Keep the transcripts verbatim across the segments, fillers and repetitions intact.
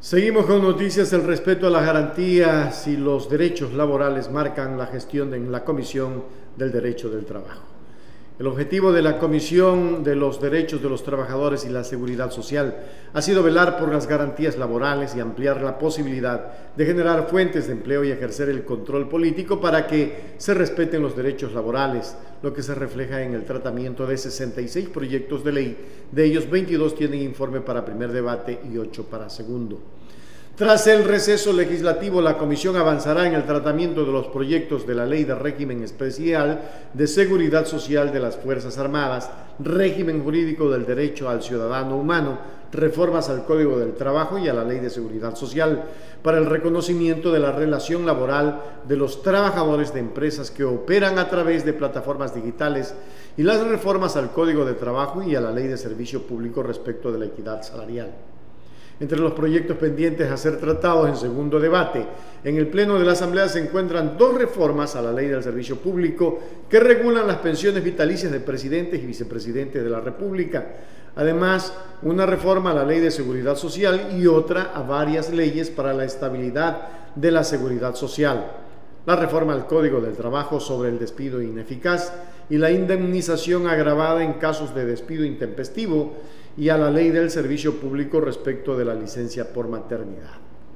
Seguimos con noticias. El respeto a las garantías y los derechos laborales marcan la gestión en la Comisión del Derecho del Trabajo. El objetivo de la Comisión de los Derechos de los Trabajadores y la Seguridad Social ha sido velar por las garantías laborales y ampliar la posibilidad de generar fuentes de empleo y ejercer el control político para que se respeten los derechos laborales, lo que se refleja en el tratamiento de sesenta y seis proyectos de ley. De ellos, veintidós tienen informe para primer debate y ocho para segundo. Tras el receso legislativo, la Comisión avanzará en el tratamiento de los proyectos de la Ley de Régimen Especial de Seguridad Social de las Fuerzas Armadas, régimen jurídico del derecho al ciudadano humano, reformas al Código del Trabajo y a la Ley de Seguridad Social, para el reconocimiento de la relación laboral de los trabajadores de empresas que operan a través de plataformas digitales y las reformas al Código de Trabajo y a la Ley de Servicio Público respecto de la equidad salarial. Entre los proyectos pendientes a ser tratados en segundo debate en el Pleno de la Asamblea se encuentran dos reformas a la Ley del Servicio Público que regulan las pensiones vitalicias de presidentes y vicepresidentes de la República. Además, una reforma a la Ley de Seguridad Social y otra a varias leyes para la estabilidad de la seguridad social. La reforma al Código del Trabajo sobre el despido ineficaz y la indemnización agravada en casos de despido intempestivo y a la Ley del Servicio Público respecto de la licencia por maternidad.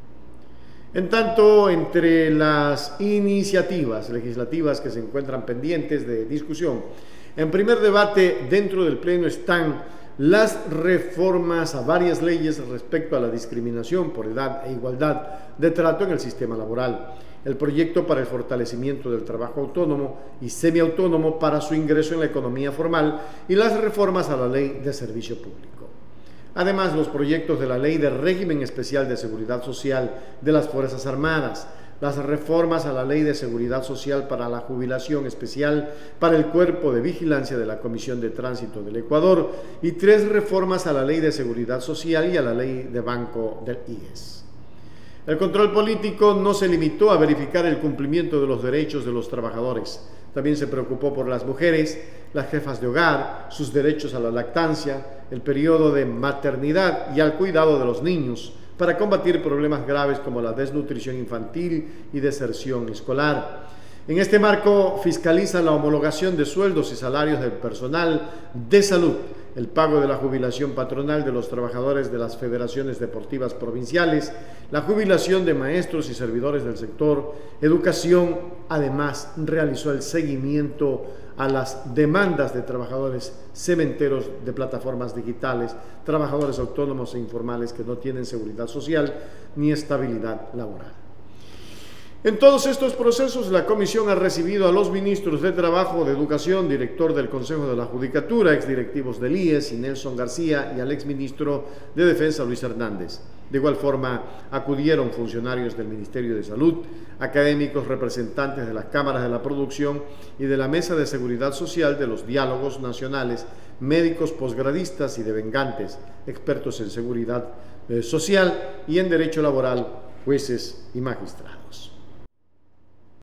En tanto, entre las iniciativas legislativas que se encuentran pendientes de discusión, en primer debate dentro del Pleno están las reformas a varias leyes respecto a la discriminación por edad e igualdad de trato en el sistema laboral, el proyecto para el fortalecimiento del trabajo autónomo y semiautónomo para su ingreso en la economía formal y las reformas a la Ley de Servicio Público. Además, los proyectos de la Ley de Régimen Especial de Seguridad Social de las Fuerzas Armadas, las reformas a la Ley de Seguridad Social para la jubilación especial para el Cuerpo de Vigilancia de la Comisión de Tránsito del Ecuador y tres reformas a la Ley de Seguridad Social y a la Ley de Banco del I E S. El control político no se limitó a verificar el cumplimiento de los derechos de los trabajadores. También se preocupó por las mujeres, las jefas de hogar, sus derechos a la lactancia, el periodo de maternidad y al cuidado de los niños, para combatir problemas graves como la desnutrición infantil y deserción escolar. En este marco, fiscaliza la homologación de sueldos y salarios del personal de salud, el pago de la jubilación patronal de los trabajadores de las federaciones deportivas provinciales, la jubilación de maestros y servidores del sector educación. Además, realizó el seguimiento a las demandas de trabajadores cementeros de plataformas digitales, trabajadores autónomos e informales que no tienen seguridad social ni estabilidad laboral. En todos estos procesos, la Comisión ha recibido a los ministros de Trabajo, de Educación, director del Consejo de la Judicatura, exdirectivos del I E S y Nelson García, y al exministro de Defensa, Luis Hernández. De igual forma, acudieron funcionarios del Ministerio de Salud, académicos, representantes de las cámaras de la producción y de la Mesa de Seguridad Social de los Diálogos Nacionales, médicos posgradistas y devengantes, expertos en seguridad eh, social y en derecho laboral, jueces y magistrados.